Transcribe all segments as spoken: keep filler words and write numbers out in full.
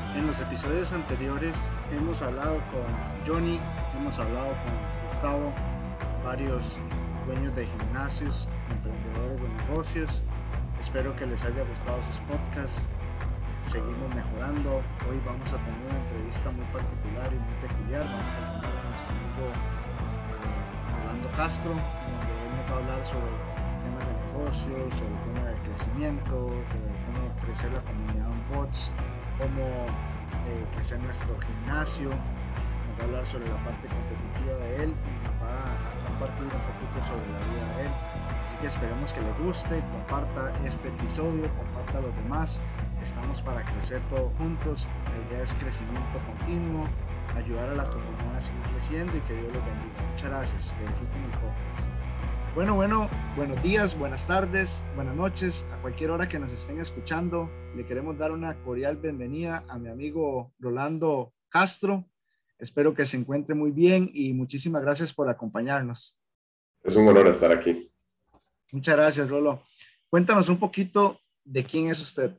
En los episodios anteriores hemos hablado con Johnny, hemos hablado con Gustavo, varios dueños de gimnasios, emprendedores de negocios. Espero que les haya gustado sus podcasts. Seguimos mejorando. Hoy vamos a tener una entrevista muy particular y muy peculiar. Vamos a tener a nuestro amigo eh, Rolando Castro, donde él nos va a hablar sobre temas de negocios, sobre temas de crecimiento, sobre cómo crecer la comunidad en bots, cómo eh, crecer nuestro gimnasio. Nos va a hablar sobre la parte competitiva de él y nos va a compartir un poquito sobre la vida de él. Así que esperemos que le guste, comparta este episodio, comparta a los demás. Estamos para crecer todos juntos. La idea es crecimiento continuo, ayudar a la comunidad a seguir creciendo y que Dios los bendiga. Muchas gracias, que disfruten el podcast. Bueno, bueno, buenos días, buenas tardes, buenas noches, a cualquier hora que nos estén escuchando. Le queremos dar una cordial bienvenida a mi amigo Rolando Castro. Espero que se encuentre muy bien y muchísimas gracias por acompañarnos. Es un honor estar aquí. Muchas gracias, Rolo. Cuéntanos un poquito de quién es usted.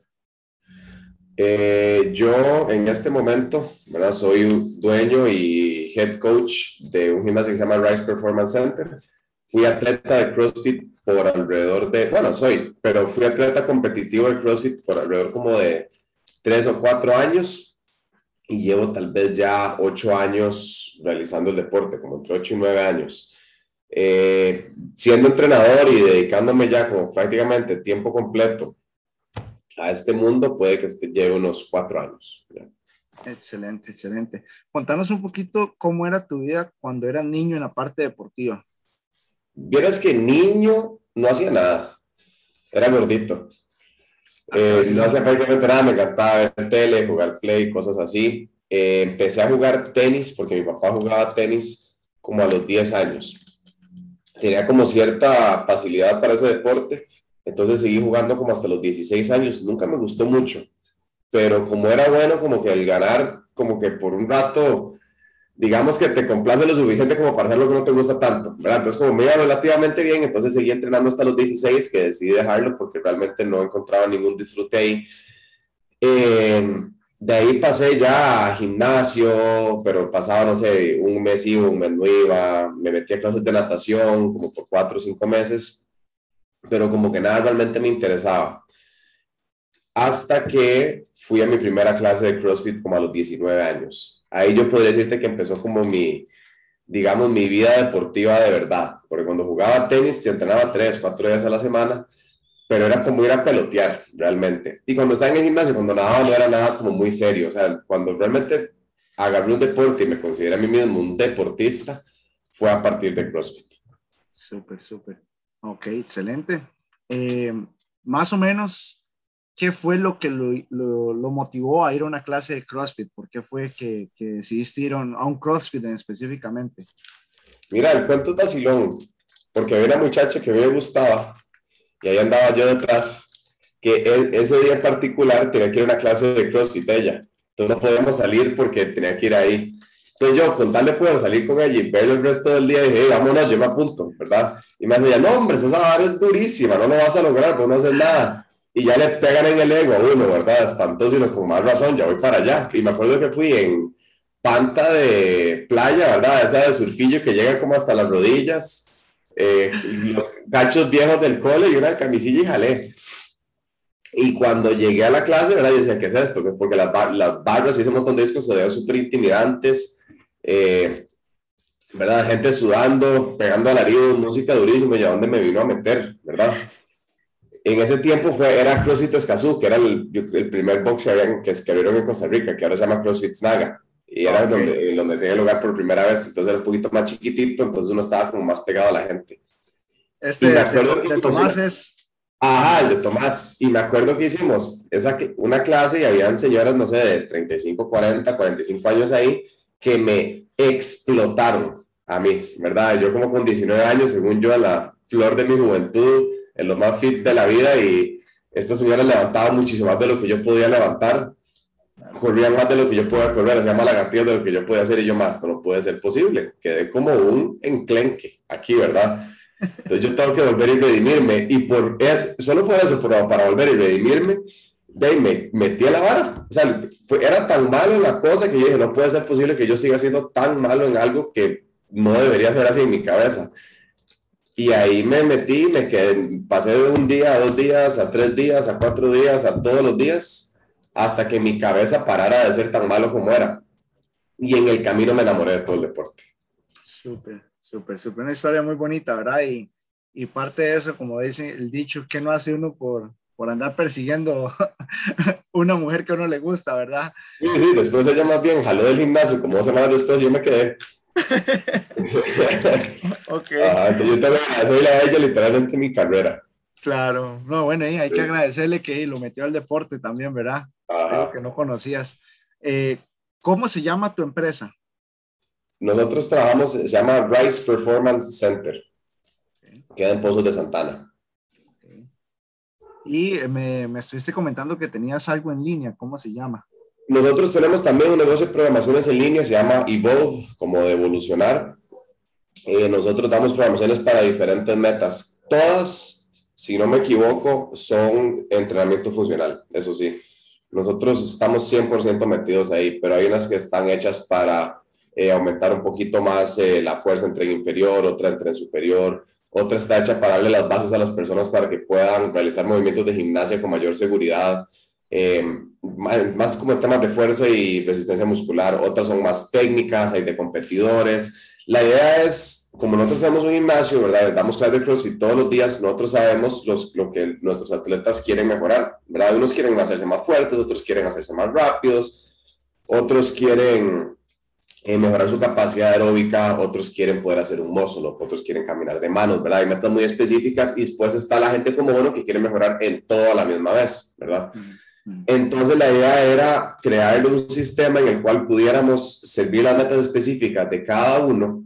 Eh, yo en este momento, ¿verdad? Soy un dueño y head coach de un gimnasio que se llama Rise Performance Center. Fui atleta de CrossFit por alrededor de, bueno, soy, pero fui atleta competitivo de CrossFit por alrededor como de tres o cuatro años y llevo tal vez ya ocho años realizando el deporte, como entre ocho y nueve años. Eh, siendo entrenador y dedicándome ya como prácticamente tiempo completo a este mundo, puede que este lleve unos cuatro años. Excelente, excelente. Contanos un poquito cómo era tu vida cuando eras niño en la parte deportiva. Vieras que niño no hacía nada, era gordito. Eh, no hacía prácticamente nada, me encantaba ver tele, jugar play, cosas así. Eh, empecé a jugar tenis porque mi papá jugaba tenis como a los diez años. Tenía como cierta facilidad para ese deporte. Entonces seguí jugando como hasta los dieciséis años. Nunca me gustó mucho, pero como era bueno, como que el ganar, como que por un rato, digamos que te complace lo suficiente como para hacer lo que no te gusta tanto, ¿verdad? Entonces como me iba relativamente bien, entonces seguí entrenando hasta los dieciséis, que decidí dejarlo porque realmente no encontraba ningún disfrute ahí. Eh, de ahí pasé ya a gimnasio, pero pasaba, no sé, un mes iba, un mes no iba, me metí a clases de natación como por cuatro o cinco meses, pero como que nada realmente me interesaba. Hasta que fui a mi primera clase de CrossFit como a los diecinueve años. Ahí yo podría decirte que empezó como mi, digamos, mi vida deportiva de verdad. Porque cuando jugaba tenis se entrenaba tres, cuatro días a la semana, pero era como ir a pelotear realmente. Y cuando estaba en el gimnasio, cuando nadaba, no era nada como muy serio. O sea, cuando realmente agarré un deporte y me consideré a mí mismo un deportista, fue a partir de CrossFit. Súper, súper. Ok, excelente. Eh, más o menos, ¿qué fue lo que lo, lo, lo motivó a ir a una clase de CrossFit? ¿Por qué fue que, que decidiste ir a un, a un CrossFit en específicamente? Mira, el cuento es vacilón, porque había una muchacha que a mí me gustaba y ahí andaba yo detrás, que ese día en particular tenía que ir a una clase de CrossFit ella. Entonces no podíamos salir porque tenía que ir ahí. Entonces yo, con tal de poder salir con ella y verlo el resto del día, dije, hey, vámonos, yo me apunto, ¿verdad? Y me decía, no, hombre, esa vara es durísima, no lo vas a lograr, pues no haces nada. Y ya le pegan en el ego a uno, ¿verdad? Espantoso, y uno con más razón, ya voy para allá. Y me acuerdo que fui en panta de playa, ¿verdad? Esa de surfillo que llega como hasta las rodillas, eh, los cachos viejos del cole y una camisilla y jalé. Y cuando llegué a la clase, ¿verdad? Yo decía, ¿qué es esto? Porque las, bar las barras y ese montón de discos se veían súper intimidantes, eh, ¿verdad? Gente sudando, pegando alaridos, música durísima, ¿y a dónde me vino a meter, verdad? En ese tiempo fue, era CrossFit Escazú, que era el, el primer box que, habían, que, que abrieron en Costa Rica, que ahora se llama CrossFit Snaga. Y era Okay. donde, donde tenía lugar por primera vez, entonces era un poquito más chiquitito, entonces uno estaba como más pegado a la gente. Este Y me de, acuerdo de, que de Tomás es... Ajá, el de Tomás. Y me acuerdo que hicimos esa, una clase y habían señoras, no sé, de treinta y cinco, cuarenta, cuarenta y cinco años ahí que me explotaron a mí, ¿verdad? Yo como con diecinueve años, según yo, en la flor de mi juventud, en lo más fit de la vida, y estas señoras levantaban muchísimo más de lo que yo podía levantar, corrían más de lo que yo podía correr, hacían más lagartijas de lo que yo podía hacer, y yo más, no puede ser posible. Quedé como un enclenque aquí, ¿verdad? Entonces yo tengo que volver y redimirme, y por es, solo por eso, por, para volver y redimirme, de ahí me metí a la vara. O sea, fue, era tan malo en la cosa que yo dije, no puede ser posible que yo siga siendo tan malo en algo que no debería ser así en mi cabeza. Y ahí me metí, me quedé, pasé de un día a dos días, a tres días, a cuatro días, a todos los días, hasta que mi cabeza parara de ser tan malo como era. Y en el camino me enamoré de todo el deporte. Súper, súper, súper. Una historia muy bonita, ¿verdad? Y, y parte de eso, como dice el dicho, que no hace uno por, por andar persiguiendo una mujer que a uno le gusta, ¿verdad? Sí, sí, después ella más bien jaló del gimnasio, como dos semanas después yo me quedé. Ok. Ajá, yo también soy la de ella literalmente mi carrera. Claro, no, bueno, y hay que agradecerle que lo metió al deporte también, ¿verdad? Algo Ajá. que no conocías. Eh, ¿Cómo se llama tu empresa? Nosotros trabajamos, se llama Rise Performance Center, Okay. queda en Pozos de Santana. Okay. Y me, me estuviste comentando que tenías algo en línea, ¿cómo se llama? Nosotros tenemos también un negocio de programaciones en línea, se llama Evolve, como de evolucionar. Eh, nosotros damos programaciones para diferentes metas. Todas, si no me equivoco, son entrenamiento funcional, eso sí. Nosotros estamos cien por ciento metidos ahí, pero hay unas que están hechas para eh, aumentar un poquito más eh, la fuerza en tren inferior, otra en tren superior, otra está hecha para darle las bases a las personas para que puedan realizar movimientos de gimnasia con mayor seguridad, eh, más, más como temas de fuerza y resistencia muscular, otras son más técnicas, hay de competidores. La idea es, como nosotros tenemos un gimnasio, ¿verdad? Damos clases de CrossFit todos los días, nosotros sabemos los, lo que nuestros atletas quieren mejorar, ¿verdad? Unos quieren hacerse más fuertes, otros quieren hacerse más rápidos, otros quieren eh, mejorar su capacidad aeróbica, otros quieren poder hacer un muscle up, otros quieren caminar de manos, ¿verdad? Hay metas muy específicas y después está la gente como uno que quiere mejorar en todo a la misma vez, ¿verdad? Mm-hmm. Entonces la idea era crear un sistema en el cual pudiéramos servir las metas específicas de cada uno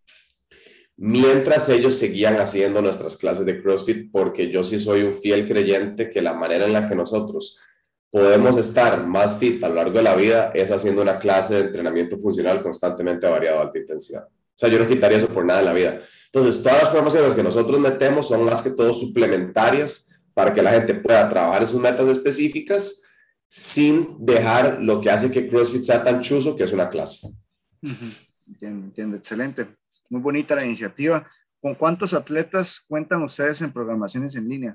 mientras ellos seguían haciendo nuestras clases de CrossFit, porque yo sí soy un fiel creyente que la manera en la que nosotros podemos estar más fit a lo largo de la vida es haciendo una clase de entrenamiento funcional constantemente variado a alta intensidad. O sea, yo no quitaría eso por nada en la vida. Entonces, todas las promociones que nosotros metemos son más que todo suplementarias para que la gente pueda trabajar en sus metas específicas sin dejar lo que hace que CrossFit sea tan chuzo, que es una clase. Uh-huh. Entiendo, entiendo. Excelente. Muy bonita la iniciativa. ¿Con cuántos atletas cuentan ustedes en programaciones en línea?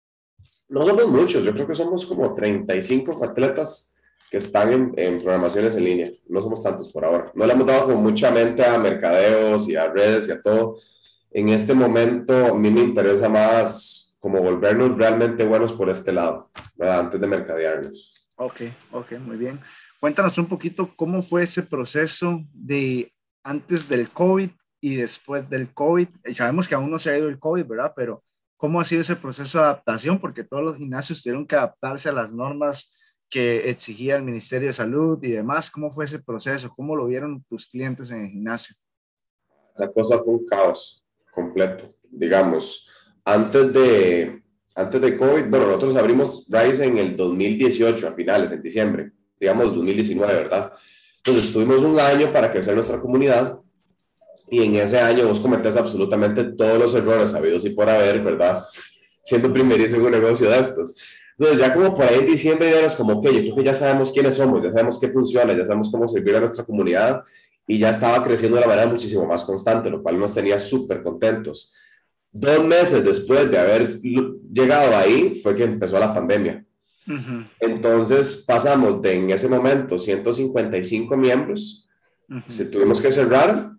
No somos muchos, yo creo que somos como treinta y cinco atletas que están en, en programaciones en línea. No somos tantos por ahora. No le hemos dado con mucha mente a mercadeos y a redes y a todo. En este momento a mí me interesa más como volvernos realmente buenos por este lado, ¿verdad? Antes de mercadearnos. Ok, ok, muy bien. Cuéntanos un poquito cómo fue ese proceso de antes del COVID y después del COVID. Y sabemos que aún no se ha ido el COVID, ¿verdad? Pero ¿cómo ha sido ese proceso de adaptación? Porque todos los gimnasios tuvieron que adaptarse a las normas que exigía el Ministerio de Salud y demás. ¿Cómo fue ese proceso? ¿Cómo lo vieron tus clientes en el gimnasio? Esa cosa fue un caos completo, digamos. Antes de, antes de COVID, bueno, nosotros abrimos Rise en el dos mil dieciocho, a finales, en diciembre, digamos dos mil diecinueve, ¿verdad? Entonces tuvimos un año para crecer nuestra comunidad y en ese año vos cometés absolutamente todos los errores habidos y por haber, ¿verdad? Siendo primerizo en un negocio de estos. Entonces ya como por ahí en diciembre ya es como, ok, yo creo que ya sabemos quiénes somos, ya sabemos qué funciona, ya sabemos cómo servir a nuestra comunidad y ya estaba creciendo de la manera muchísimo más constante, lo cual nos tenía súper contentos. Dos meses después de haber llegado ahí fue que empezó la pandemia. Uh-huh. Entonces pasamos de en ese momento ciento cincuenta y cinco miembros, uh-huh. se tuvimos que cerrar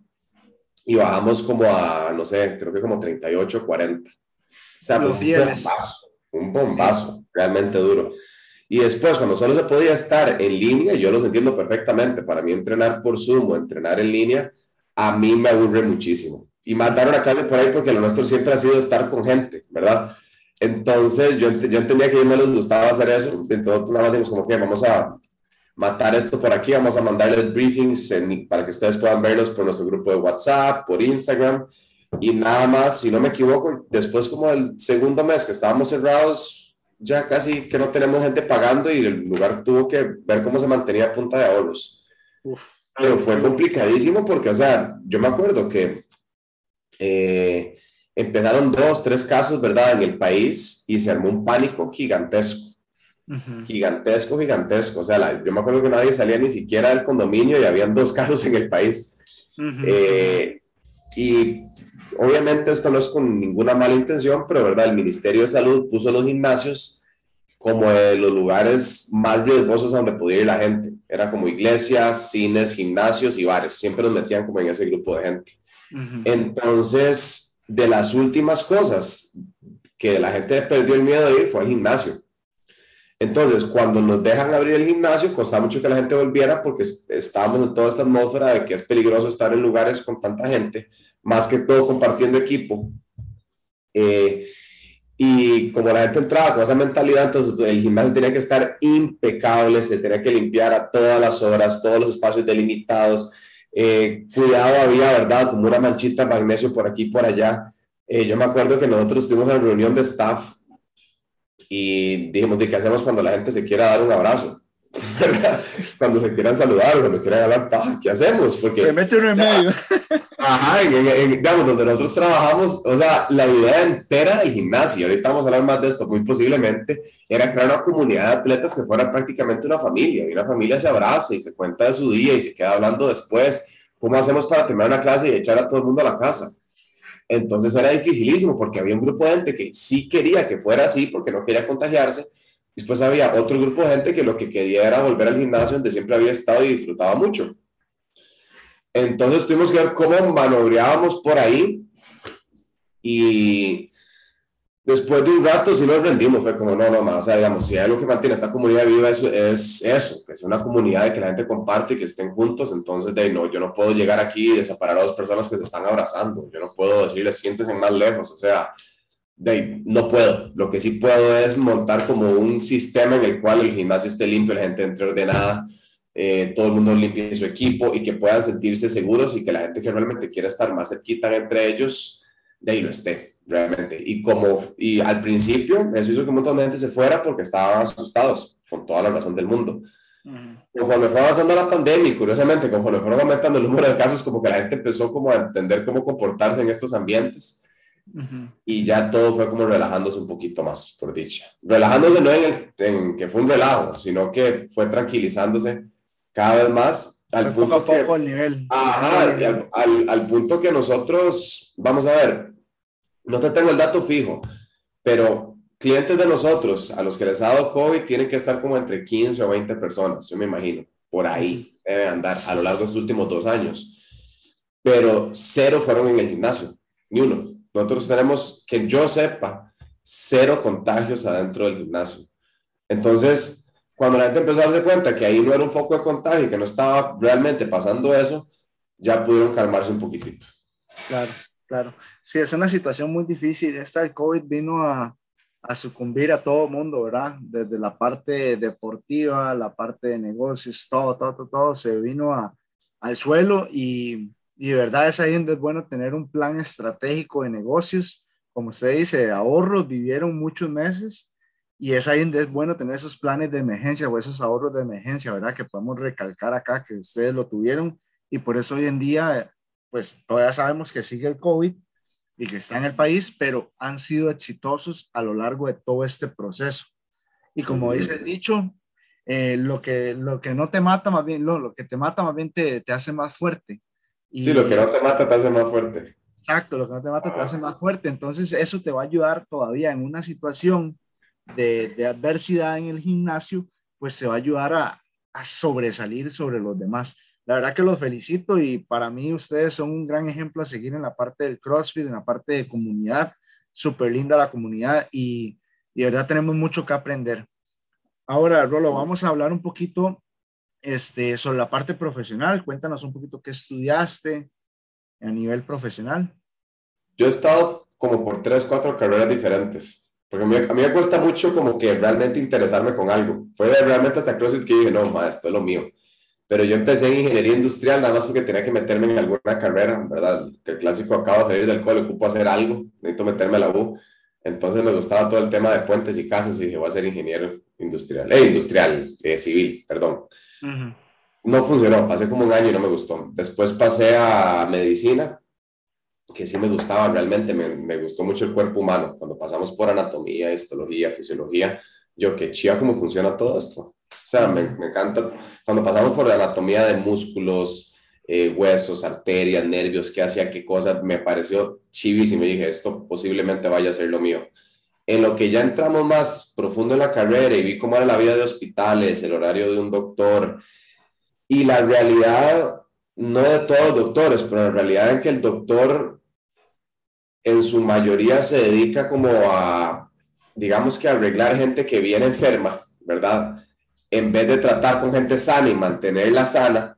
y bajamos como a, no sé, creo que como treinta y ocho, cuarenta. O sea, Los fue un bombazo, un bombazo, sí. Realmente duro. Y después, cuando solo se podía estar en línea, yo los entiendo perfectamente. Para mí, entrenar por Zoom o entrenar en línea, a mí me aburre muchísimo. Y mataron a clave por ahí porque lo nuestro siempre ha sido estar con gente, ¿verdad? Entonces, yo, yo entendía que a ellos no les gustaba hacer eso. Entonces, nada más dijimos como que vamos a matar esto por aquí, vamos a mandarles briefings en, para que ustedes puedan verlos por nuestro grupo de WhatsApp, por Instagram. Y nada más, si no me equivoco, después como el segundo mes que estábamos cerrados, ya casi que no tenemos gente pagando y el lugar tuvo que ver cómo se mantenía a punta de ahorros. Uf. Pero fue complicadísimo porque, o sea, yo me acuerdo que eh, empezaron dos, tres casos, ¿verdad?, en el país y se armó un pánico gigantesco. Ujú. Gigantesco, gigantesco. O sea, la, yo me acuerdo que nadie salía ni siquiera del condominio y habían dos casos en el país. Ujú, ujú. Eh, y obviamente esto no es con ninguna mala intención, pero verdad, el Ministerio de Salud puso los gimnasios como de los lugares más riesgosos a donde podía ir la gente. Era como iglesias, cines, gimnasios y bares. Siempre los metían como en ese grupo de gente. Ujú. Entonces, de las últimas cosas que la gente perdió el miedo de ir fue al gimnasio. Entonces, cuando nos dejan abrir el gimnasio, costaba mucho que la gente volviera porque estábamos en toda esta atmósfera de que es peligroso estar en lugares con tanta gente, más que todo compartiendo equipo. Eh, y como la gente entraba con esa mentalidad, entonces el gimnasio tenía que estar impecable, se tenía que limpiar a todas las horas, todos los espacios delimitados. Eh, cuidado había, ¿verdad? Como una manchita de magnesio por aquí y por allá. Eh, yo me acuerdo que nosotros estuvimos en reunión de staff y dijimos, ¿de qué hacemos cuando la gente se quiera dar un abrazo? ¿Verdad? Cuando se quieran saludar, cuando quieran hablar, paja, ¿qué hacemos? Se Porque, mete uno en ya, medio. ajá, en, en, en, digamos, donde nosotros trabajamos, o sea, la idea entera del gimnasio, y ahorita vamos a hablar más de esto, muy posiblemente, era crear una comunidad de atletas que fuera prácticamente una familia, y una familia se abraza y se cuenta de su día y se queda hablando después. ¿Cómo hacemos para terminar una clase y echar a todo el mundo a la casa? Entonces era dificilísimo porque había un grupo de gente que sí quería que fuera así porque no quería contagiarse. Después había otro grupo de gente que lo que quería era volver al gimnasio donde siempre había estado y disfrutaba mucho. Entonces tuvimos que ver cómo manobreábamos por ahí y después de un rato sí nos rendimos, fue como no, no más, o sea, digamos, si hay algo que mantiene esta comunidad viva es, es eso, que es una comunidad de que la gente comparte y que estén juntos, entonces de no, yo no puedo llegar aquí y desaparar a dos personas que se están abrazando, yo no puedo decirles siéntense más lejos, o sea, de, no puedo, lo que sí puedo es montar como un sistema en el cual el gimnasio esté limpio, la gente entre ordenada, eh, todo el mundo limpie su equipo y que puedan sentirse seguros y que la gente que realmente quiera estar más cerquita entre ellos, de ahí lo esté, realmente. Y como, y al principio, eso hizo que un montón de gente se fuera porque estaban asustados, con toda la razón del mundo. Ujú. Conforme fue avanzando la pandemia y curiosamente, conforme fueron aumentando el número de casos, como que la gente empezó como a entender cómo comportarse en estos ambientes Ujú. y ya todo fue como relajándose un poquito más, por dicha. Relajándose no en, el, en que fue un relajo, sino que fue tranquilizándose cada vez más al Fue poco a punto poco que, el nivel, bajando ajá, el al, nivel. al, al punto que nosotros, vamos a ver, no te tengo el dato fijo, pero clientes de nosotros a los que les ha dado COVID tienen que estar como entre quince o veinte personas, yo me imagino, por Ujú. ahí debe andar a lo largo de estos últimos dos años. Pero cero fueron en el gimnasio, ni uno. Nosotros tenemos, que yo sepa, cero contagios adentro del gimnasio. Entonces, cuando la gente empezó a darse cuenta que ahí no era un foco de contagio y que no estaba realmente pasando eso, ya pudieron calmarse un poquitito. Claro, claro. Sí, es una situación muy difícil. Esta del COVID vino a, a sucumbir a todo mundo, ¿verdad? Desde la parte deportiva, la parte de negocios, todo, todo, todo, todo se vino a, al suelo y, y de verdad es ahí donde es bueno tener un plan estratégico de negocios. Como usted dice, ahorros, vivieron muchos meses y es ahí donde es bueno tener esos planes de emergencia o esos ahorros de emergencia, ¿verdad? Que podemos recalcar acá que ustedes lo tuvieron y por eso hoy en día pues todavía sabemos que sigue el COVID y que está en el país, pero han sido exitosos a lo largo de todo este proceso. Y Uh como dice -huh. el dicho, eh, lo, que, lo que no te mata, más bien, lo, lo que te mata, más bien te, te hace más fuerte. Sí, lo que Y no te mata te hace más fuerte. exacto, lo que no te mata te hace Ah. más fuerte. Entonces, eso te va a ayudar todavía en una situación de, de adversidad en el gimnasio, pues te va a ayudar a, a sobresalir sobre los demás. La verdad que los felicito y para mí ustedes son un gran ejemplo a seguir en la parte del CrossFit, en la parte de comunidad. Súper linda la comunidad y, y de verdad tenemos mucho que aprender. Ahora, Rolo, vamos a hablar un poquito este, sobre la parte profesional. Cuéntanos un poquito qué estudiaste a nivel profesional. Yo he estado como por tres, cuatro carreras diferentes, porque a mí, a mí me cuesta mucho como que realmente interesarme con algo. Fue de realmente hasta CrossFit que dije, no, ma, esto es lo mío. Pero yo empecé en ingeniería industrial nada más porque tenía que meterme en alguna carrera, ¿verdad? Que el clásico acaba de salir del cole, ocupo hacer algo, necesito meterme a la U. Entonces me gustaba todo el tema de puentes y casas y dije, voy a ser ingeniero industrial, eh, industrial, eh, civil, perdón. Uh -huh. No funcionó, pasé como un año y no me gustó. Después pasé a medicina, que sí me gustaba realmente, me, me gustó mucho el cuerpo humano. Cuando pasamos por anatomía, histología, fisiología, yo qué chiva cómo funciona todo esto. O sea, me, me encanta cuando pasamos por la anatomía de músculos, eh, huesos, arterias, nervios, qué hacía qué cosas, me pareció chivísimo y dije, esto posiblemente vaya a ser lo mío. En lo que ya entramos más profundo en la carrera y vi cómo era la vida de hospitales, el horario de un doctor y la realidad, no de todos los doctores, pero la realidad en que el doctor en su mayoría se dedica como a, digamos que a arreglar gente que viene enferma, ¿verdad? En vez de tratar con gente sana y mantenerla sana,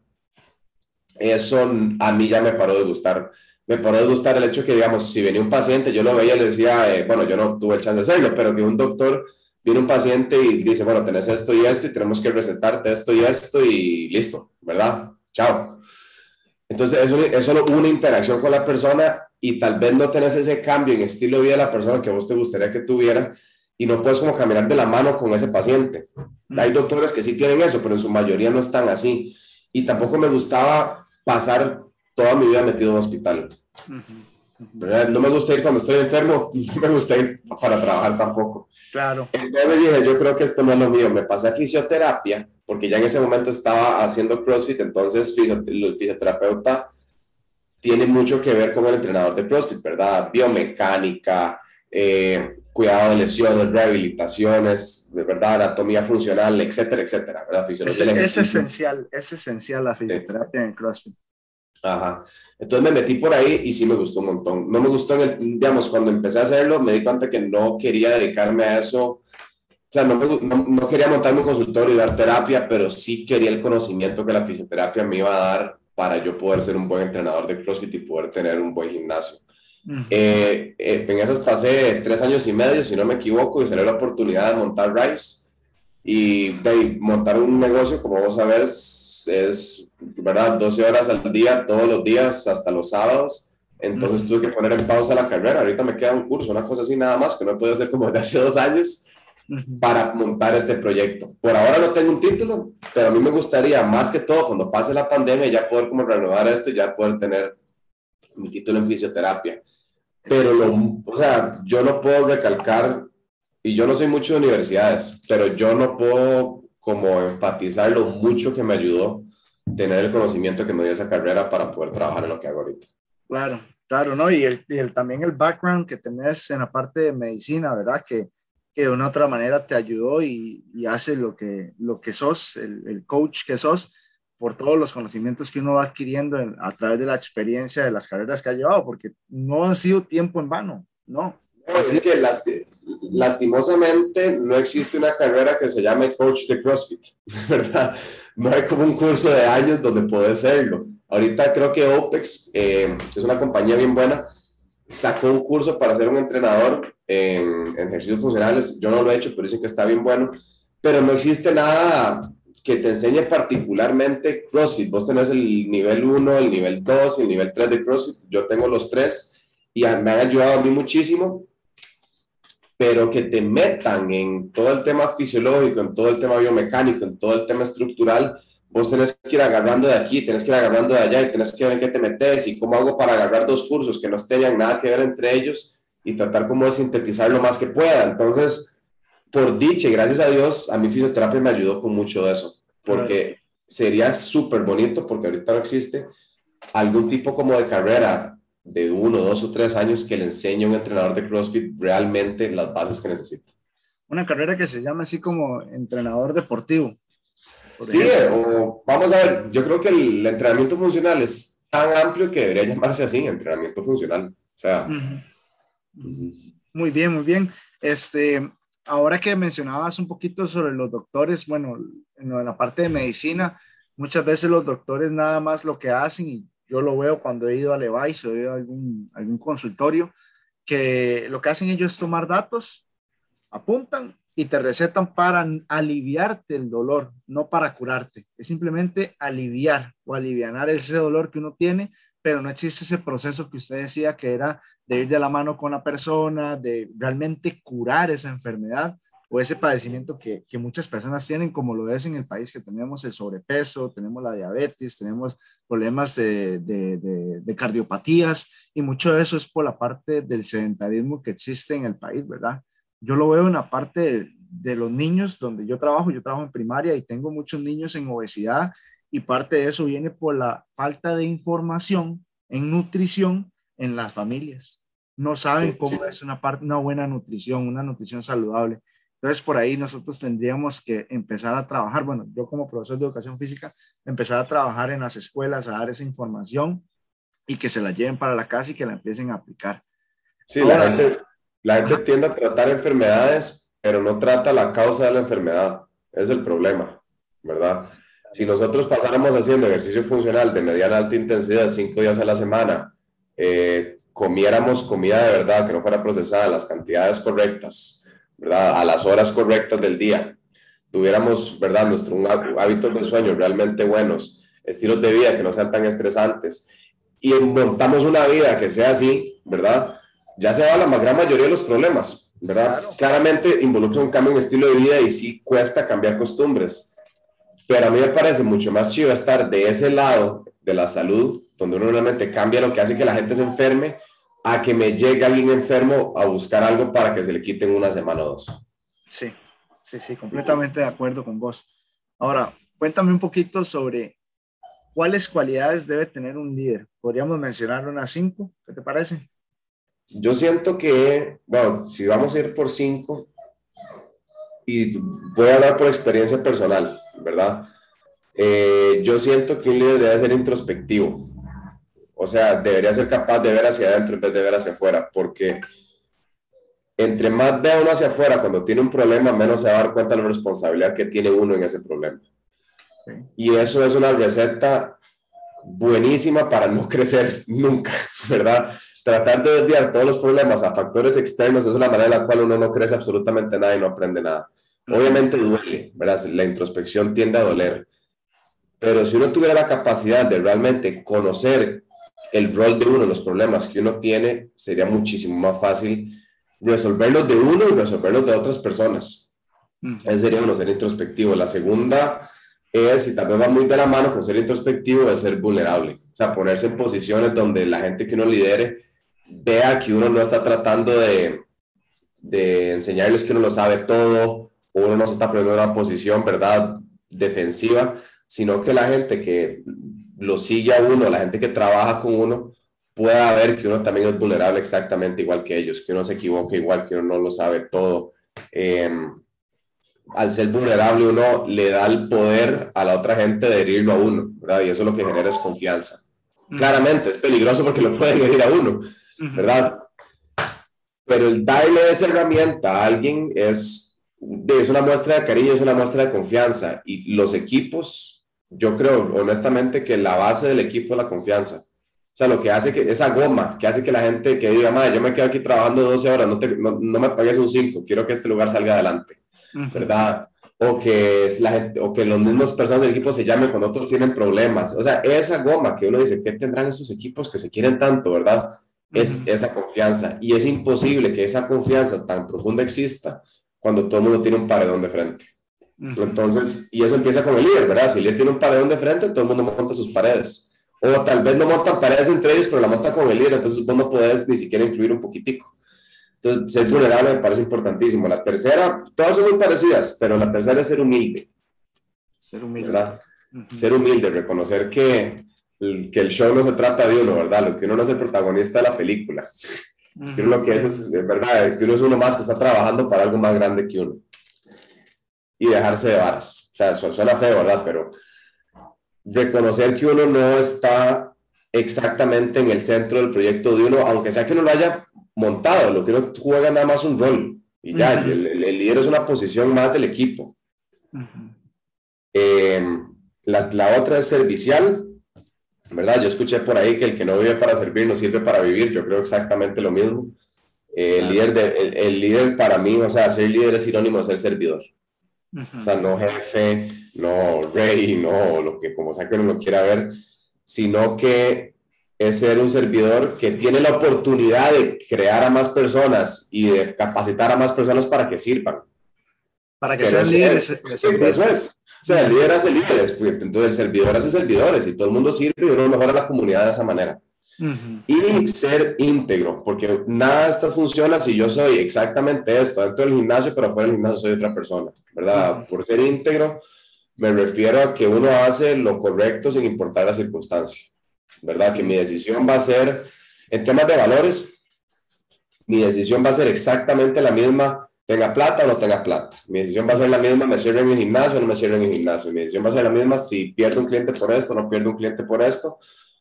eso a mí ya me paró de gustar. Me paró de gustar el hecho que, digamos, si venía un paciente, yo lo veía y le decía, eh, bueno, yo no tuve el chance de hacerlo, pero que un doctor viene un paciente y dice, bueno, tenés esto y esto y tenemos que recetarte esto y esto y listo, ¿verdad? Chao. Entonces, es, un, es solo una interacción con la persona y tal vez no tenés ese cambio en estilo de vida de la persona que a vos te gustaría que tuviera y no puedes como caminar de la mano con ese paciente. Hay doctores que sí tienen eso, pero en su mayoría no están así. Y tampoco me gustaba pasar toda mi vida metido en un hospital. ¿Verdad? No me gusta ir cuando estoy enfermo, no me gusta ir para trabajar tampoco. Claro. Entonces dije, yo creo que esto no es lo mío. Me pasé a fisioterapia, porque ya en ese momento estaba haciendo CrossFit, entonces el fisioterapeuta tiene mucho que ver con el entrenador de CrossFit, ¿verdad? Biomecánica, eh, cuidado de lesiones, rehabilitaciones, ¿verdad? Anatomía funcional, etcétera, etcétera, ¿verdad? Es, Fisiología del es ejercicio. esencial, es esencial la Sí. fisioterapia en el CrossFit. Ajá. Entonces me metí por ahí y sí me gustó un montón. No me gustó, en el, digamos, cuando empecé a hacerlo, me di cuenta que no quería dedicarme a eso. O sea, no, me, no, no quería montarme un consultorio y dar terapia, pero sí quería el conocimiento que la fisioterapia me iba a dar para yo poder ser un buen entrenador de CrossFit y poder tener un buen gimnasio. Uh-huh. eh, eh, en esas pasé tres años y medio, si no me equivoco, y salió la oportunidad de montar Rise y de montar un negocio, como vos sabés, es, ¿verdad? doce horas al día, todos los días, hasta los sábados. Entonces uh-huh. tuve que poner en pausa la carrera. Ahorita me queda un curso, una cosa así nada más, que no he podido hacer como desde hace dos años uh-huh. para montar este proyecto. Por ahora no tengo un título, pero a mí me gustaría, más que todo, cuando pase la pandemia, ya poder como renovar esto y ya poder tener mi título en fisioterapia. Pero, lo, o sea, yo no puedo recalcar, y yo no soy mucho de universidades, pero yo no puedo como enfatizar lo mucho que me ayudó tener el conocimiento que me dio esa carrera para poder trabajar en lo que hago ahorita. Claro, claro, ¿no? Y, el, y el, también el background que tenés en la parte de medicina, ¿verdad? Que, que de una u otra manera te ayudó y, y hace lo que, lo que sos, el, el coach que sos, por todos los conocimientos que uno va adquiriendo en, a través de la experiencia de las carreras que ha llevado, porque no ha sido tiempo en vano, ¿no? No, es que lasti lastimosamente no existe una carrera que se llame coach de CrossFit, ¿verdad? No hay como un curso de años donde puedes serlo. Ahorita creo que OPEX, eh, que es una compañía bien buena, sacó un curso para ser un entrenador en, en ejercicios funcionales. Yo no lo he hecho, pero dicen que está bien bueno. Pero no existe nada que te enseñe particularmente CrossFit. Vos tenés el nivel uno, el nivel dos y el nivel tres de CrossFit. Yo tengo los tres y me han ayudado a mí muchísimo. Pero que te metan en todo el tema fisiológico, en todo el tema biomecánico, en todo el tema estructural, vos tenés que ir agarrando de aquí, tenés que ir agarrando de allá y tenés que ver en qué te metes y cómo hago para agarrar dos cursos que no tengan nada que ver entre ellos y tratar como de sintetizar lo más que pueda. Entonces, por dicha y gracias a Dios, a mi fisioterapia me ayudó con mucho de eso, porque claro. Sería súper bonito, porque ahorita no existe, algún tipo como de carrera de uno, dos o tres años que le enseñe a un entrenador de CrossFit realmente las bases que necesita. Una carrera que se llama así como entrenador deportivo. Sí, o vamos a ver, yo creo que el entrenamiento funcional es tan amplio que debería llamarse así, entrenamiento funcional. O sea. Uh-huh. Uh-huh. Muy bien, muy bien. Este, ahora que mencionabas un poquito sobre los doctores, bueno, en la parte de medicina, muchas veces los doctores nada más lo que hacen, y yo lo veo cuando he ido a Levi's o he ido a algún, algún consultorio, que lo que hacen ellos es tomar datos, apuntan y te recetan para aliviarte el dolor, no para curarte. Es simplemente aliviar o alivianar ese dolor que uno tiene, pero no existe ese proceso que usted decía que era de ir de la mano con la persona, de realmente curar esa enfermedad o ese padecimiento que, que muchas personas tienen, como lo es en el país, que tenemos el sobrepeso, tenemos la diabetes, tenemos problemas de, de, de, de cardiopatías, y mucho de eso es por la parte del sedentarismo que existe en el país, ¿verdad? Yo lo veo en la parte de los niños donde yo trabajo, yo trabajo en primaria y tengo muchos niños en obesidad y parte de eso viene por la falta de información en nutrición en las familias. No saben Sí, cómo es una, parte, una buena nutrición, una nutrición saludable. Entonces, por ahí nosotros tendríamos que empezar a trabajar, bueno, yo como profesor de educación física, empezar a trabajar en las escuelas, a dar esa información y que se la lleven para la casa y que la empiecen a aplicar. sí, Ahora, la gente, la gente tiende a tratar enfermedades, pero no trata la causa de la enfermedad. Es el problema, ¿verdad? Si nosotros pasáramos haciendo ejercicio funcional de mediana a alta intensidad cinco días a la semana, eh, comiéramos comida de verdad, que no fuera procesada, las cantidades correctas, ¿verdad? A las horas correctas del día, tuviéramos, ¿verdad? Nuestros hábitos de sueño realmente buenos, estilos de vida que no sean tan estresantes, y montamos una vida que sea así, ¿verdad? Ya se va la gran mayoría de los problemas, ¿verdad? Claro. Claramente involucra un cambio en estilo de vida y sí cuesta cambiar costumbres, pero a mí me parece mucho más chido estar de ese lado de la salud, donde uno realmente cambia lo que hace que la gente se enferme, a que me llegue alguien enfermo a buscar algo para que se le quiten una semana o dos. Sí, sí, sí, completamente de acuerdo con vos. Ahora, cuéntame un poquito sobre cuáles cualidades debe tener un líder. Podríamos mencionar unas cinco, ¿qué te parece? Yo siento que, bueno, si vamos a ir por cinco, y voy a hablar por experiencia personal, ¿verdad? Eh, yo siento que un líder debe ser introspectivo. O sea, debería ser capaz de ver hacia adentro en vez de ver hacia afuera, porque entre más ve uno hacia afuera cuando tiene un problema, menos se va a dar cuenta de la responsabilidad que tiene uno en ese problema. Sí. Y eso es una receta buenísima para no crecer nunca, ¿verdad? Tratar de desviar todos los problemas a factores externos es una manera en la cual uno no crece absolutamente nada y no aprende nada. Obviamente duele, ¿verdad? La introspección tiende a doler, pero si uno tuviera la capacidad de realmente conocer el rol de uno, los problemas que uno tiene, sería muchísimo más fácil resolverlos de uno y resolverlos de otras personas. Uh-huh. Ese sería uno, ser introspectivo. La segunda es, y tal vez va muy de la mano con ser introspectivo, es ser vulnerable. O sea, ponerse en posiciones donde la gente que uno lidere vea que uno no está tratando de, de enseñarles que uno lo sabe todo, o uno no se está poniendo en una posición, ¿verdad?, defensiva, sino que la gente que lo sigue a uno, la gente que trabaja con uno, pueda ver que uno también es vulnerable exactamente igual que ellos, que uno se equivoca igual, que uno no lo sabe todo. Eh, al ser vulnerable uno le da el poder a la otra gente de herirlo a uno, ¿verdad? Y eso lo que genera es confianza. Uh-huh. Claramente es peligroso porque lo pueden herir a uno, ¿verdad? Uh-huh. Pero el darle esa herramienta a alguien es, es una muestra de cariño, es una muestra de confianza. Y los equipos, yo creo honestamente que la base del equipo es la confianza. O sea, lo que hace que, esa goma, que hace que la gente que diga, madre, yo me quedo aquí trabajando doce horas, no, te, no, no me pagues un cinco, quiero que este lugar salga adelante, uh-huh. ¿verdad? O que, es la gente, o que los mismos personas del equipo se llamen cuando otros tienen problemas. O sea, esa goma que uno dice, ¿qué tendrán esos equipos que se quieren tanto, verdad? Es uh-huh. esa confianza. Y es imposible que esa confianza tan profunda exista cuando todo el mundo tiene un paredón de frente. Uh-huh. Entonces, y eso empieza con el líder, ¿verdad? Si el líder tiene un paredón de frente, todo el mundo monta sus paredes. O tal vez no montan paredes entre ellos, pero la monta con el líder, entonces vos no podés ni siquiera influir un poquitico. Entonces, ser vulnerable me parece importantísimo. La tercera, todas son muy parecidas, pero la tercera es ser humilde. Ser humilde. ¿Verdad? Uh-huh. Ser humilde, reconocer que el, que el show no se trata de uno, ¿verdad? Lo que uno no es el protagonista de la película. Uh-huh. Que uno lo que es, es, es verdad, que uno es uno más que está trabajando para algo más grande que uno. Y dejarse de varas. O sea, suena feo, ¿verdad? Pero reconocer que uno no está exactamente en el centro del proyecto de uno, aunque sea que uno lo haya montado, lo que uno juega nada más un rol, y ya, uh-huh. el, el, el líder es una posición más del equipo. Uh-huh. Eh, la, la otra es servicial, ¿verdad? Yo escuché por ahí que el que no vive para servir no sirve para vivir, yo creo exactamente lo mismo. Eh, el, uh-huh. líder de, el, el líder para mí, o sea, ser líder es sinónimo de ser servidor. Uh-huh. O sea, no jefe, no rey, no lo que como sea que uno lo quiera ver, sino que es ser un servidor que tiene la oportunidad de crear a más personas y de capacitar a más personas para que sirvan. Para que sean líderes. Es, eso es. O sea, el líder hace líderes, entonces el servidor hace servidores y todo el mundo sirve y uno mejora la comunidad de esa manera. Uh-huh. Y ser íntegro, porque nada de esto funciona si yo soy exactamente esto, dentro del gimnasio, pero fuera del gimnasio soy otra persona, ¿verdad? Uh-huh. Por ser íntegro, me refiero a que uno hace lo correcto sin importar la circunstancia, ¿verdad? Que mi decisión va a ser, en temas de valores, mi decisión va a ser exactamente la misma, tenga plata o no tenga plata. Mi decisión va a ser la misma, me cierro en mi gimnasio o no me cierro en mi gimnasio. Mi decisión va a ser la misma si pierdo un cliente por esto o no pierdo un cliente por esto,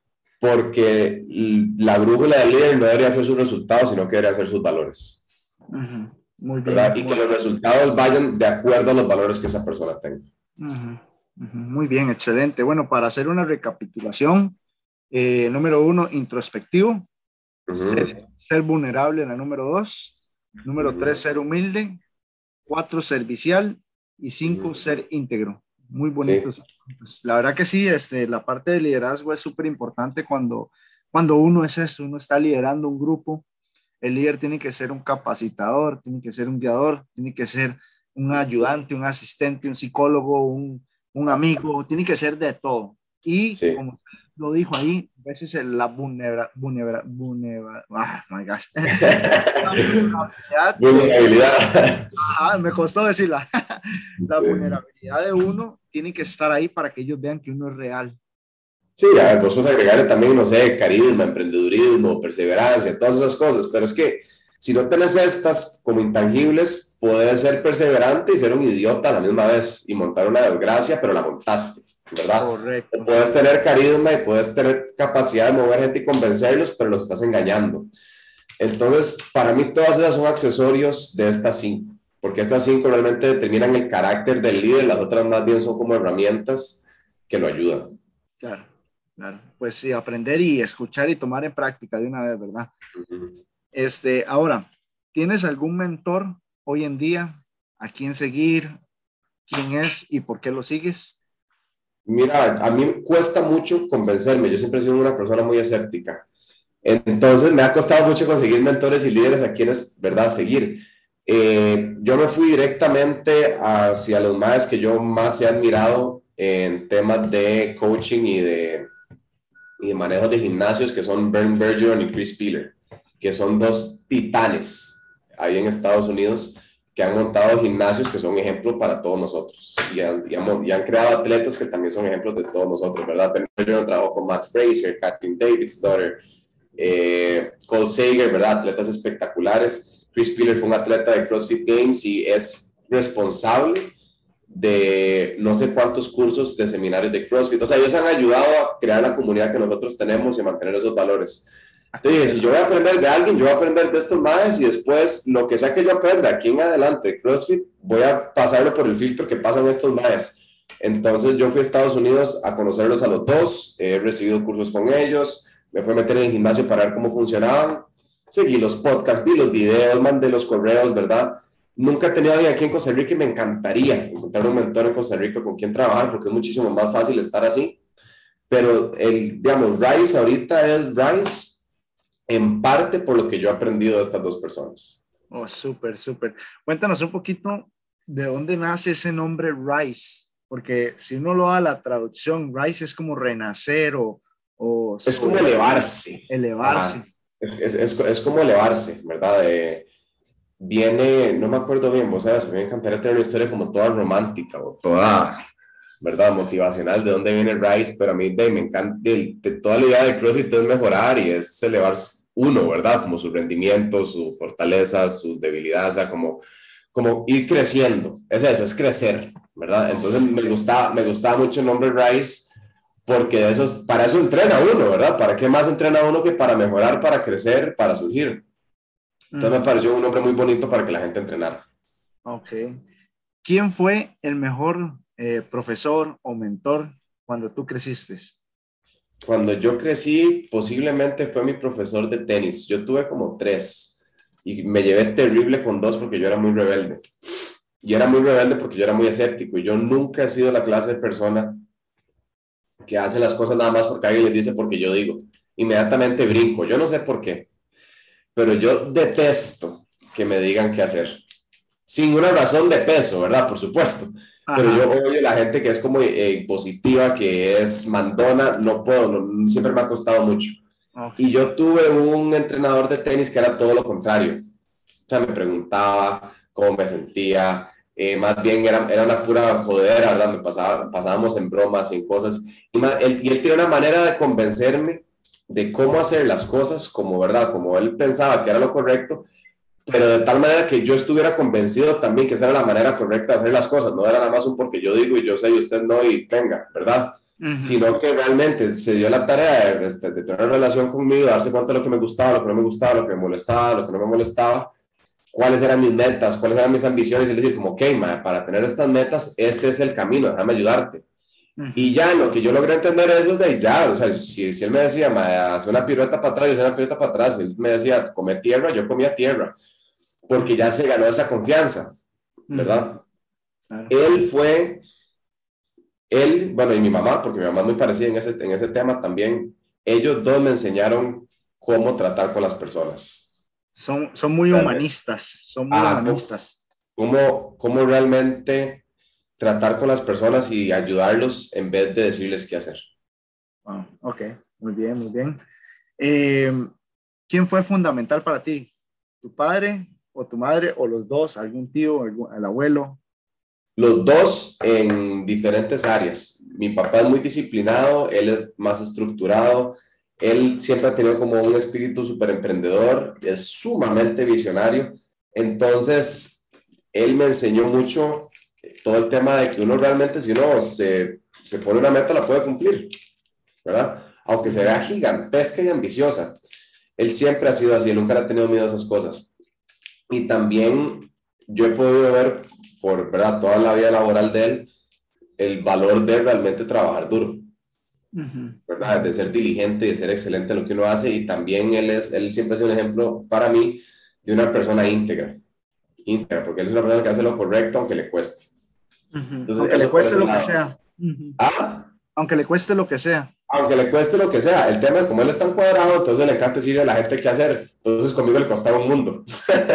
porque la brújula del líder no debería ser sus resultados, sino que debería ser sus valores. Uh-huh. Muy bien. ¿Verdad? Y Muy que los resultados vayan de acuerdo a los valores que esa persona tenga. Uh-huh. Uh-huh. Muy bien, excelente. Bueno, para hacer una recapitulación, eh, número uno, introspectivo. Uh-huh. Ser, ser vulnerable, la número dos. Número Uh-huh. tres, ser humilde. Cuatro, servicial. Y cinco, Uh-huh. ser íntegro. Muy bonitos. Sí. Pues, la verdad que sí, este, la parte de liderazgo es súper importante cuando, cuando uno es eso, uno está liderando un grupo. El líder tiene que ser un capacitador, tiene que ser un guiador, tiene que ser un ayudante, un asistente, un psicólogo, un, un amigo, tiene que ser de todo. Y Sí. como usted lo dijo ahí, a veces la vulnera, vulnera, vulnera, ah, my gosh. La vulnerabilidad, vulnerabilidad. Ajá, me costó decirla. La vulnerabilidad de uno tiene que estar ahí para que ellos vean que uno es real. Sí, a ver, vos puedes agregarle también, no sé, carisma, emprendedurismo, perseverancia, todas esas cosas, pero es que si no tenés estas como intangibles, puedes ser perseverante y ser un idiota a la misma vez y montar una desgracia, pero la montaste, ¿verdad? Correcto. Puedes tener carisma y puedes tener capacidad de mover gente y convencerlos, pero los estás engañando. Entonces, para mí todas esas son accesorios de estas cinco, porque estas cinco realmente determinan el carácter del líder, las otras más bien son como herramientas que lo ayudan. Claro. Claro, pues sí, aprender y escuchar y tomar en práctica de una vez, ¿verdad? Uh-huh. Este, ahora, ¿tienes algún mentor hoy en día? ¿A quién seguir? ¿Quién es y por qué lo sigues? Mira, a mí cuesta mucho convencerme, yo siempre he sido una persona muy escéptica, entonces me ha costado mucho conseguir mentores y líderes a quienes, ¿verdad?, seguir. Eh, yo me fui directamente hacia los más que yo más he admirado en temas de coaching y de y de manejo de gimnasios, que son Bernd Bergeron y Chris Spealler, que son dos titanes ahí en Estados Unidos que han montado gimnasios que son ejemplos para todos nosotros y han, y han, y han creado atletas que también son ejemplos de todos nosotros, ¿verdad? Bernd Bergeron trabajó con Matt Fraser, Catherine David's daughter, eh, Cole Sager, ¿verdad? Atletas espectaculares. Chris Spealler fue un atleta de CrossFit Games y es responsable de no sé cuántos cursos de seminarios de CrossFit. O sea, ellos han ayudado a crear la comunidad que nosotros tenemos y a mantener esos valores. Entonces, si yo voy a aprender de alguien, yo voy a aprender de estos madres y después lo que sea que yo aprenda aquí en adelante de CrossFit, voy a pasarlo por el filtro que pasan estos madres. Entonces, yo fui a Estados Unidos a conocerlos a los dos, he recibido cursos con ellos, me fui a meter en el gimnasio para ver cómo funcionaban, seguí los podcasts, vi los videos, mandé los correos, ¿verdad? Nunca he tenido a alguien aquí en Costa Rica y me encantaría encontrar un mentor en Costa Rica con quien trabajar porque es muchísimo más fácil estar así. Pero el, digamos, Rise ahorita es Rise en parte por lo que yo he aprendido de estas dos personas. Oh, súper, súper. Cuéntanos un poquito de dónde nace ese nombre Rise, porque si uno lo da la traducción, Rise es como renacer o... o es como elevarse. Elevarse. Ah, es, es, es como elevarse, ¿verdad? De, viene, no me acuerdo bien, vos sabes, me encantaría tener una historia como toda romántica o toda, ¿verdad?, motivacional de dónde viene Rise, pero a mí de, me encanta, de, de toda la idea de CrossFit es mejorar y es elevar uno, ¿verdad?, como su rendimiento, sus fortalezas, sus debilidades, o sea, como, como ir creciendo, es eso, es crecer, ¿verdad? Entonces me gustaba, me gustaba mucho el nombre Rise porque de eso, para eso entrena uno, ¿verdad? ¿Para qué más entrena uno que para mejorar, para crecer, para surgir? Entonces me pareció un nombre muy bonito para que la gente entrenara. Ok. ¿Quién fue el mejor eh, profesor o mentor cuando tú creciste? Cuando yo crecí, posiblemente fue mi profesor de tenis. Yo tuve como tres y me llevé terrible con dos porque yo era muy rebelde. Y era muy rebelde porque yo era muy escéptico y yo nunca he sido la clase de persona que hace las cosas nada más porque alguien les dice porque yo digo. Inmediatamente brinco. Yo no sé por qué. Pero yo detesto que me digan qué hacer. Sin una razón de peso, ¿verdad? Por supuesto. Ajá. Pero yo odio la gente que es como eh, impositiva, que es mandona, no puedo, no, siempre me ha costado mucho. Y yo tuve un entrenador de tenis que era todo lo contrario. O sea, me preguntaba cómo me sentía, eh, más bien era, era una pura jodera, ¿verdad? Me pasaba, pasábamos en bromas, en cosas, y, más, él, y él tiene una manera de convencerme de cómo hacer las cosas, como, ¿verdad? Como él pensaba que era lo correcto, pero de tal manera que yo estuviera convencido también que esa era la manera correcta de hacer las cosas, no era nada más un porque yo digo y yo sé y usted no y tenga, ¿verdad? Uh-huh. Sino que realmente se dio la tarea de, de, de tener una relación conmigo, darse cuenta de lo que me gustaba, lo que no me gustaba, lo que me molestaba, lo que no me molestaba, cuáles eran mis metas, cuáles eran mis ambiciones, y decir como, ok, ma, para tener estas metas, este es el camino, déjame ayudarte. Uh-huh. Y ya, lo que yo logré entender eso de ya, o sea, si, si él me decía, ma, hace una pirueta para atrás, yo hacía una pirueta para atrás, si él me decía, come tierra, yo comía tierra, porque ya se ganó esa confianza, ¿verdad? Uh-huh. Uh-huh. Él fue, él, bueno, y mi mamá, porque mi mamá es muy parecida en ese, en ese tema también, ellos dos me enseñaron cómo tratar con las personas. Son, son muy humanistas, son muy ah, humanistas. Cómo, cómo realmente tratar con las personas y ayudarlos en vez de decirles qué hacer. Wow, ok, muy bien, muy bien. Eh, ¿Quién fue fundamental para ti? ¿Tu padre o tu madre o los dos? ¿Algún tío, algún, el abuelo? Los dos en diferentes áreas. Mi papá es muy disciplinado, él es más estructurado. Él siempre ha tenido como un espíritu súper emprendedor, es sumamente visionario. Entonces, él me enseñó mucho todo el tema de que uno realmente, si uno se, se pone una meta, la puede cumplir, ¿verdad? Aunque se vea gigantesca y ambiciosa. Él siempre ha sido así, él nunca ha tenido miedo a esas cosas. Y también yo he podido ver, por ¿verdad? Toda la vida laboral de él, el valor de realmente trabajar duro. Uh-huh. ¿Verdad? De ser diligente, de ser excelente en lo que uno hace, y también él, es, él siempre ha sido un ejemplo para mí de una persona íntegra, íntegra, porque él es una persona que hace lo correcto aunque le cueste. Uh-huh. Entonces, aunque le cueste lo que sea. Uh-huh. ¿Ah? Aunque le cueste lo que sea. Aunque le cueste lo que sea. El tema es como él es tan cuadrado, entonces le encanta decirle a la gente qué hacer. Entonces conmigo le costaba un mundo.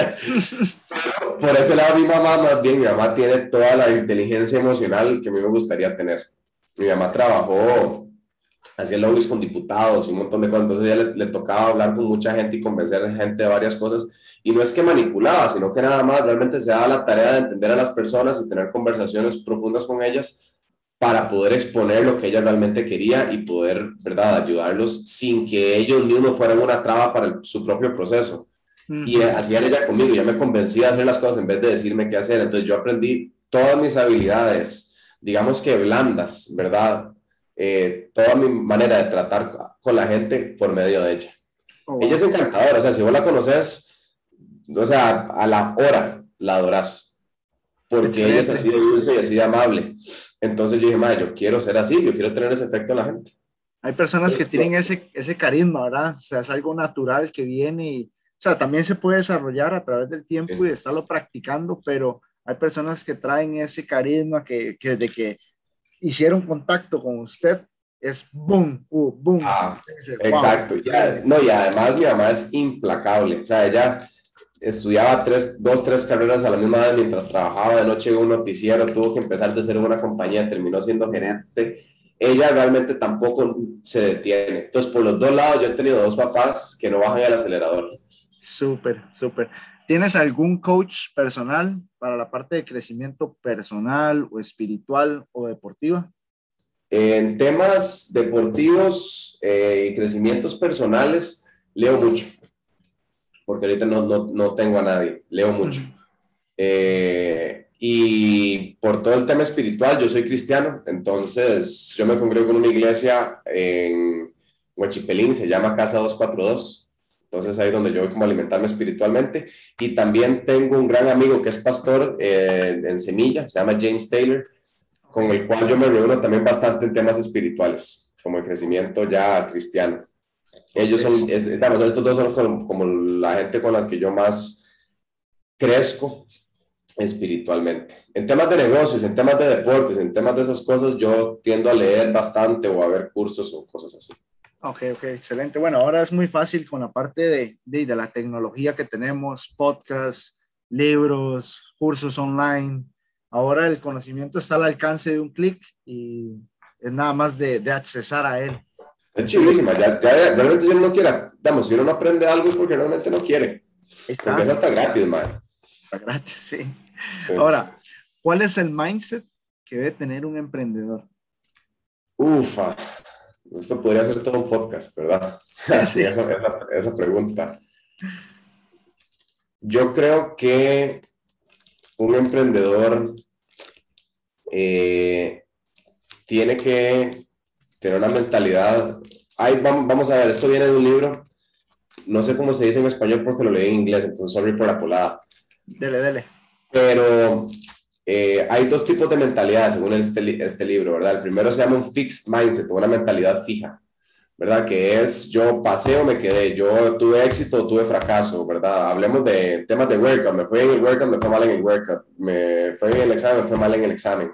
Por ese lado mi mamá, más bien, mi mamá tiene toda la inteligencia emocional que a mí me gustaría tener. Mi mamá trabajó hacía lobbies con diputados y un montón de cosas, entonces ella le, le tocaba hablar con mucha gente y convencer a gente de varias cosas, y no es que manipulaba, sino que nada más realmente se daba la tarea de entender a las personas y tener conversaciones profundas con ellas para poder exponer lo que ella realmente quería y poder, ¿verdad?, ayudarlos sin que ellos mismos fueran una traba para el, su propio proceso. Uh-huh. Y así era ella conmigo, ya me convencía de hacer las cosas en vez de decirme qué hacer, entonces yo aprendí todas mis habilidades, digamos que blandas, ¿verdad?, Eh, toda mi manera de tratar con la gente por medio de ella. Oh, wow. Ella es encantadora, o sea, si vos la conoces, o sea, a la hora la adorás, porque excelente. Ella es así de dulce y así de amable. Entonces yo dije, madre, yo quiero ser así, yo quiero tener ese efecto en la gente. Hay personas que tienen ese, ese carisma, ¿verdad? O sea, es algo natural que viene y, o sea, también se puede desarrollar a través del tiempo sí. Y de estarlo practicando, pero hay personas que traen ese carisma que, que de que hicieron contacto con usted, es boom, uh, boom. Ah, exacto. Wow. Ya, no, y además mi mamá es implacable. O sea, ella estudiaba tres, dos, tres carreras a la misma vez mientras trabajaba de noche en un noticiero, tuvo que empezar de ser en una compañía, terminó siendo gerente. Ella realmente tampoco se detiene. Entonces, por los dos lados, yo he tenido dos papás que no bajan el acelerador. Súper, súper. ¿Tienes algún coach personal para la parte de crecimiento personal o espiritual o deportiva? En temas deportivos eh, y crecimientos personales, leo mucho, porque ahorita no, no, no tengo a nadie, leo mucho. Uh-huh. Eh, y por todo el tema espiritual, yo soy cristiano, entonces yo me congrego en una iglesia en Huachipelín, se llama Casa doscientos cuarenta y dos. Entonces ahí es donde yo voy como a alimentarme espiritualmente. Y también tengo un gran amigo que es pastor eh, en Semilla, se llama James Taylor, con el cual yo me reúno también bastante en temas espirituales, como el crecimiento ya cristiano. Ellos son, es, vamos, estos dos son como, como la gente con la que yo más crezco espiritualmente. En temas de negocios, en temas de deportes, en temas de esas cosas, yo tiendo a leer bastante o a ver cursos o cosas así. Ok, ok, excelente. Bueno, ahora es muy fácil con la parte de, de, de la tecnología que tenemos, podcasts, libros, cursos online. Ahora el conocimiento está al alcance de un clic y es nada más de, de accesar a él. Es chivísima, ya, ya, ya realmente si uno no quiere, digamos, si uno no aprende algo es porque realmente no quiere. Está, porque eso está gratis, man. está gratis, sí. Sí. Ahora, ¿cuál es el mindset que debe tener un emprendedor? Ufa, esto podría ser todo un podcast, ¿verdad? Sí. esa, esa, esa pregunta. Yo creo que un emprendedor eh, tiene que tener una mentalidad. Ay, vamos a ver, esto viene de un libro, no sé cómo se dice en español porque lo leí en inglés, entonces sorry por la polada. Dele, dele. Pero eh, hay dos tipos de mentalidades según este, este libro, ¿verdad? El primero se llama un fixed mindset, una mentalidad fija, ¿verdad? Que es yo pasé o me quedé, yo tuve éxito o tuve fracaso, ¿verdad? Hablemos de temas de workout, me fue en el workout, me fue mal en el workout, me fue en el examen, me fue mal en el examen.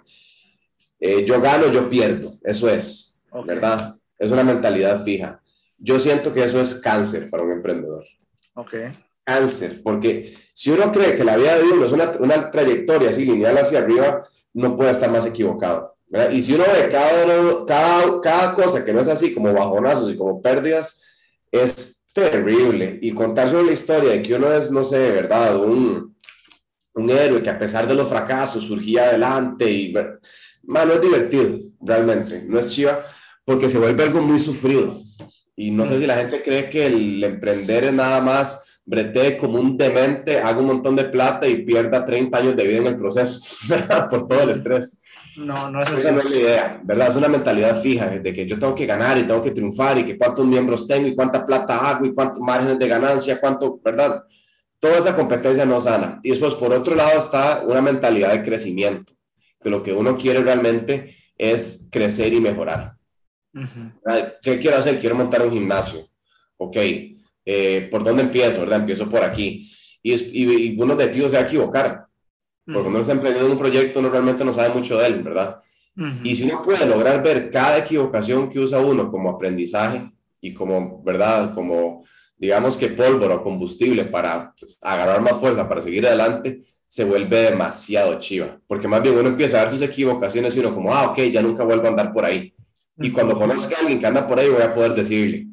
Eh, yo gano, yo pierdo, eso es, okay. ¿Verdad? Es una mentalidad fija. Yo siento que eso es cáncer para un emprendedor. Okay. Cáncer, porque si uno cree que la vida de uno es una, una trayectoria así lineal hacia arriba, no puede estar más equivocado, ¿verdad? Y si uno ve cada, cada, cada cosa que no es así, como bajonazos y como pérdidas, es terrible. Y contar sobre la historia de que uno es, no sé, ¿verdad? Un, un héroe que a pesar de los fracasos surgía adelante y... Man, no es divertido, realmente, no es chiva, porque se vuelve algo muy sufrido. Y no sé si la gente cree que el emprender es nada más brete como un demente, haga un montón de plata y pierda treinta años de vida en el proceso, ¿verdad? Por todo el estrés. No, no es así. Esa no es la idea, ¿verdad? Es una mentalidad fija de que yo tengo que ganar y tengo que triunfar y que cuántos miembros tengo y cuánta plata hago y cuántos márgenes de ganancia, cuánto, ¿verdad? Toda esa competencia no sana. Y después, por otro lado, está una mentalidad de crecimiento, que lo que uno quiere realmente es crecer y mejorar. Uh-huh. ¿Qué quiero hacer? Quiero montar un gimnasio. Ok, eh, ¿por dónde empiezo? ¿Verdad? Empiezo por aquí. Y, y, y uno de tío se va a equivocar. Porque uh-huh. Cuando uno está emprendiendo un proyecto, uno realmente no sabe mucho de él, ¿verdad? Uh-huh. Y si uno puede lograr ver cada equivocación que usa uno como aprendizaje y como, ¿verdad? Como, digamos que pólvora o combustible para pues, agarrar más fuerza, para seguir adelante, se vuelve demasiado chiva. Porque más bien uno empieza a ver sus equivocaciones y uno como, ah, ok, ya nunca vuelvo a andar por ahí. Y cuando conozca a alguien que anda por ahí, voy a poder decirle.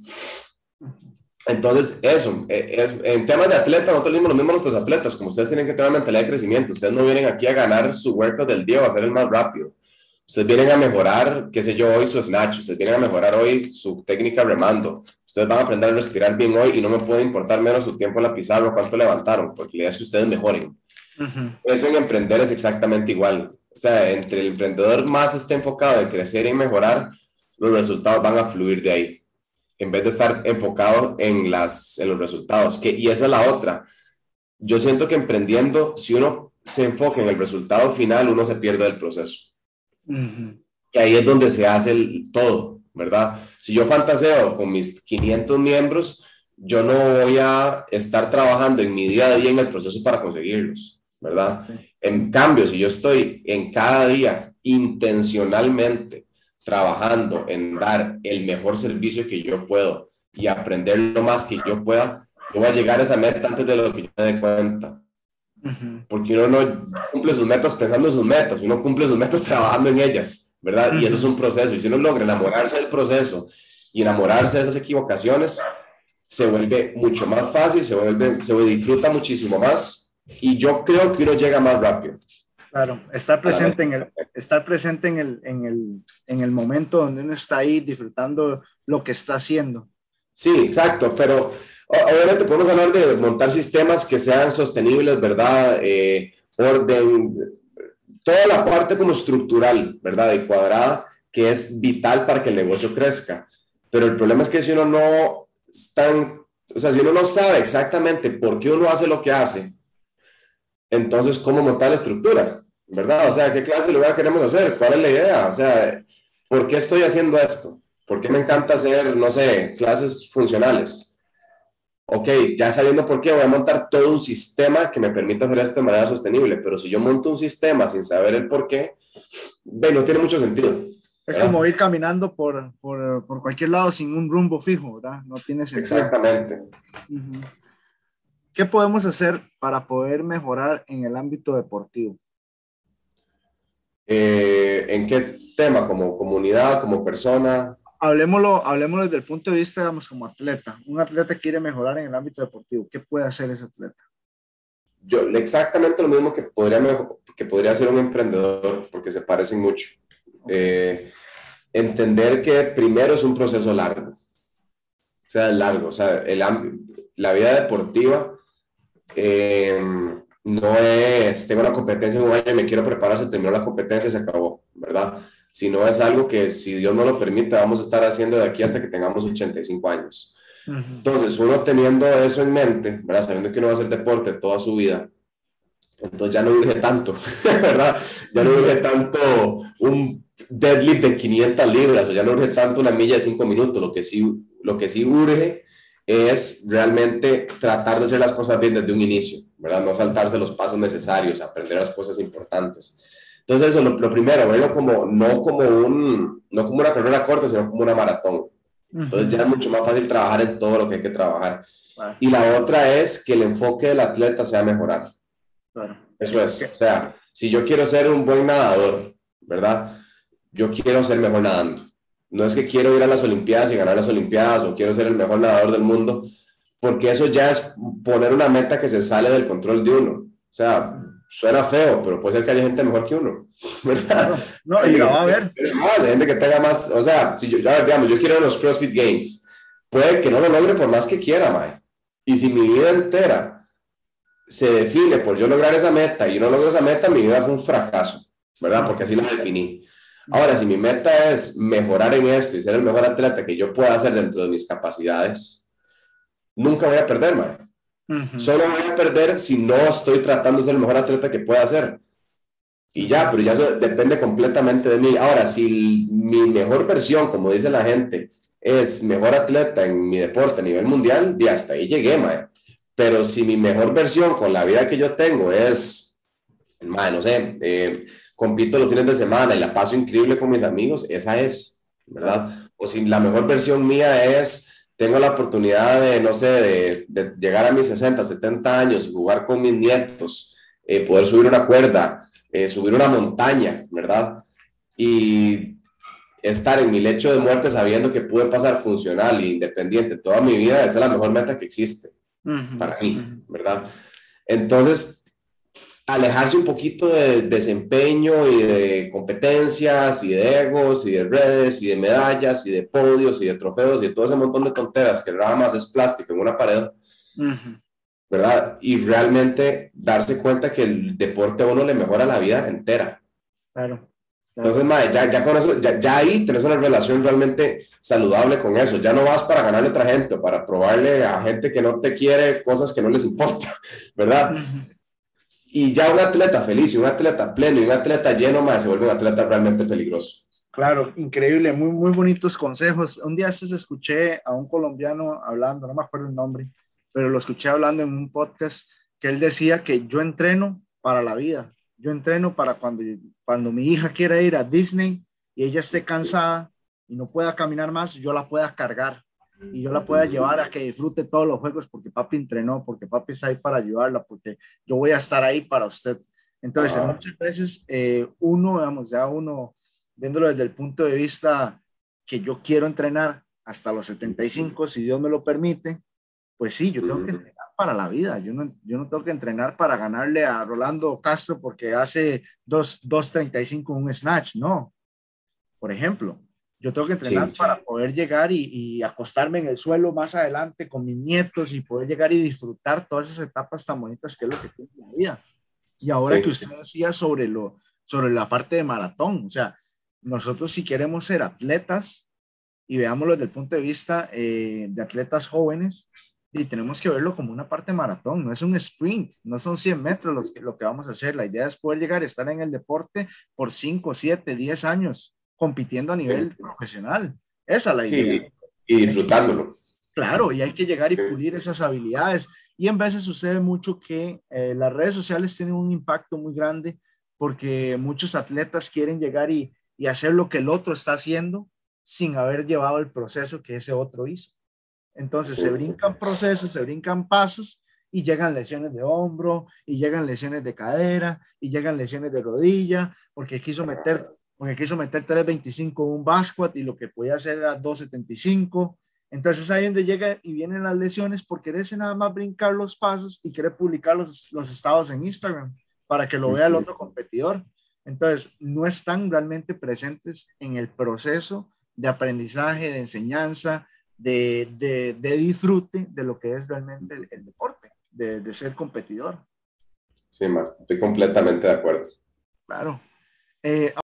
Entonces, eso, en temas de atletas, nosotros mismos, los mismos nuestros atletas, como ustedes tienen que tener una mentalidad de crecimiento, ustedes no vienen aquí a ganar su workout del día o a ser el más rápido. Ustedes vienen a mejorar, qué sé yo, hoy su snatch, ustedes vienen a mejorar hoy su técnica remando. Ustedes van a aprender a respirar bien hoy y no me puede importar menos su tiempo en la pizarra o cuánto levantaron, porque la idea es que ustedes mejoren. Uh-huh. Eso en emprender es exactamente igual. O sea, entre el emprendedor más esté enfocado en crecer y mejorar, los resultados van a fluir de ahí, en vez de estar enfocado en, las, en los resultados. Que, y esa es la otra. Yo siento que emprendiendo, si uno se enfoca en el resultado final, uno se pierde del proceso. Uh-huh. Y ahí es donde se hace el, todo, ¿verdad? Si yo fantaseo con mis quinientos miembros, yo no voy a estar trabajando en mi día a día en el proceso para conseguirlos, ¿verdad? Uh-huh. En cambio, si yo estoy en cada día intencionalmente trabajando en dar el mejor servicio que yo puedo y aprender lo más que yo pueda, yo voy a llegar a esa meta antes de lo que yo me dé cuenta. Uh-huh. Porque uno no cumple sus metas pensando en sus metas, uno cumple sus metas trabajando en ellas, ¿verdad? Uh-huh. Y eso es un proceso. Y si uno logra enamorarse del proceso y enamorarse de esas equivocaciones, se vuelve mucho más fácil, se vuelve, se disfruta muchísimo más y yo creo que uno llega más rápido. Claro, estar presente en el, estar presente en el, en el, en el momento donde uno está ahí disfrutando lo que está haciendo. Sí, exacto, pero obviamente podemos hablar de montar sistemas que sean sostenibles, ¿verdad? Eh, orden, toda la parte como estructural, ¿verdad? Y cuadrada, que es vital para que el negocio crezca. Pero el problema es que si uno no está en, o sea, si uno no sabe exactamente por qué uno hace lo que hace, entonces, ¿cómo montar la estructura? ¿Verdad? O sea, ¿qué clase de lugar queremos hacer? ¿Cuál es la idea? O sea, ¿por qué estoy haciendo esto? ¿Por qué me encanta hacer, no sé, clases funcionales? Ok, ya sabiendo por qué, voy a montar todo un sistema que me permita hacer esto de manera sostenible. Pero si yo monto un sistema sin saber el por qué, ve, no tiene mucho sentido. Es como ir caminando por, por, por cualquier lado sin un rumbo fijo, ¿verdad? No tiene sentido. Exactamente. Uh-huh. ¿Qué podemos hacer para poder mejorar en el ámbito deportivo? Eh, ¿En qué tema? ¿Como comunidad, como persona? hablemoslo, hablemoslo desde el punto de vista, digamos, como atleta. Un atleta quiere mejorar en el ámbito deportivo. ¿Qué puede hacer ese atleta? Yo, exactamente lo mismo que podría, que podría hacer un emprendedor, porque se parecen mucho. Okay. Eh, entender que primero es un proceso largo. O sea, es largo. O sea, el, la vida deportiva eh, no es, tengo una competencia en un año y me quiero preparar, se terminó la competencia y se acabó, ¿verdad? Sino es algo que, si Dios no lo permite, vamos a estar haciendo de aquí hasta que tengamos ochenta y cinco años. Uh-huh. Entonces, uno teniendo eso en mente, ¿verdad? Sabiendo que uno va a hacer deporte toda su vida, entonces ya no urge tanto, ¿verdad? Ya no urge tanto un deadlift de quinientas libras, o ya no urge tanto una milla de cinco minutos. Lo que sí, lo que sí urge es realmente tratar de hacer las cosas bien desde un inicio, ¿verdad? No saltarse los pasos necesarios, aprender las cosas importantes. Entonces eso, lo, lo primero, verlo como, no como un, no como una carrera corta, sino como una maratón. Entonces ya es mucho más fácil trabajar en todo lo que hay que trabajar. Y la otra es que el enfoque del atleta sea mejorar. Claro. Eso es, o sea, si yo quiero ser un buen nadador, ¿verdad? Yo quiero ser mejor nadando. No es que quiero ir a las Olimpiadas y ganar las Olimpiadas o quiero ser el mejor nadador del mundo, porque eso ya es poner una meta que se sale del control de uno. O sea, suena feo, pero puede ser que haya gente mejor que uno, ¿verdad? No, no y la va a ver. Hay gente que tenga más, o sea, si yo, digamos, yo quiero los CrossFit Games, puede que no lo logre por más que quiera, mae. Y si mi vida entera se define por yo lograr esa meta y yo no logro esa meta, mi vida fue un fracaso, ¿verdad? Porque así la definí. Ahora, si mi meta es mejorar en esto y ser el mejor atleta que yo pueda hacer dentro de mis capacidades, nunca voy a perder, man. Uh-huh. Solo voy a perder si no estoy tratando de ser el mejor atleta que pueda ser. Y ya, pero ya eso depende completamente de mí. Ahora, si mi mejor versión, como dice la gente, es mejor atleta en mi deporte a nivel mundial, ya hasta ahí llegué, man. Pero si mi mejor versión con la vida que yo tengo es, man, no sé, eh, compito los fines de semana y la paso increíble con mis amigos, esa es, ¿verdad? O si la mejor versión mía es, tengo la oportunidad de, no sé, de, de llegar a mis sesenta, setenta años y jugar con mis nietos, eh, poder subir una cuerda, eh, subir una montaña, ¿verdad? Y estar en mi lecho de muerte sabiendo que pude pasar funcional e independiente toda mi vida, esa es la mejor meta que existe. Uh-huh, para mí, uh-huh. ¿verdad? Entonces, alejarse un poquito de desempeño y de competencias y de egos y de redes y de medallas y de podios y de trofeos y de todo ese montón de tonteras que nada más es plástico en una pared, uh-huh. ¿verdad? Y realmente darse cuenta que el deporte a uno le mejora la vida entera. Claro. Entonces, madre, ya, ya con eso, ya, ya ahí tenés una relación realmente saludable con eso. Ya no vas para ganarle a otra gente o para probarle a gente que no te quiere cosas que no les importa, ¿verdad? Uh-huh. Y ya un atleta feliz, y un atleta pleno, y un atleta lleno, madre, se vuelve un atleta realmente peligroso. Claro, increíble, muy, muy bonitos consejos. Un día estos escuché a un colombiano hablando, no me acuerdo el nombre, pero lo escuché hablando en un podcast que él decía que yo entreno para la vida. Yo entreno para cuando, cuando mi hija quiera ir a Disney y ella esté cansada y no pueda caminar más, yo la pueda cargar y yo la pueda llevar a que disfrute todos los juegos porque papi entrenó, porque papi está ahí para ayudarla, porque yo voy a estar ahí para usted. Entonces, ah. muchas veces eh, uno, digamos, ya uno, viéndolo desde el punto de vista que yo quiero entrenar hasta los setenta y cinco, si Dios me lo permite, pues sí, yo tengo que entrenar para la vida. Yo no, yo no tengo que entrenar para ganarle a Rolando Castro porque hace dos treinta y cinco un snatch, no. Por ejemplo, yo tengo que entrenar sí, para sí. poder llegar y, y acostarme en el suelo más adelante con mis nietos y poder llegar y disfrutar todas esas etapas tan bonitas que es lo que tiene la vida. Y ahora sí, que usted sí. decía sobre, lo, sobre la parte de maratón, o sea, nosotros si queremos ser atletas y veámoslo desde el punto de vista eh, de atletas jóvenes, y tenemos que verlo como una parte maratón, no es un sprint, no son cien metros los que, lo que vamos a hacer. La idea es poder llegar a estar en el deporte por cinco, siete, diez años, compitiendo a nivel sí. profesional. Esa es la idea. Sí, y disfrutándolo. Claro, y hay que llegar y pulir esas habilidades. Y en veces sucede mucho que eh, las redes sociales tienen un impacto muy grande porque muchos atletas quieren llegar y, y hacer lo que el otro está haciendo sin haber llevado el proceso que ese otro hizo. Entonces se brincan procesos, se brincan pasos y llegan lesiones de hombro y llegan lesiones de cadera y llegan lesiones de rodilla porque quiso meter porque quiso meter tres veinticinco en un basquat y lo que podía hacer era dos setenta y cinco. Entonces ahí es donde llega y vienen las lesiones por quererse nada más brincar los pasos y querer publicar los, los estados en Instagram para que lo vea el otro competidor. Entonces no están realmente presentes en el proceso de aprendizaje, de enseñanza, de, de, de disfrute de lo que es realmente el, el deporte, de, de ser competidor. Sí, más, estoy completamente de acuerdo. Claro. Eh,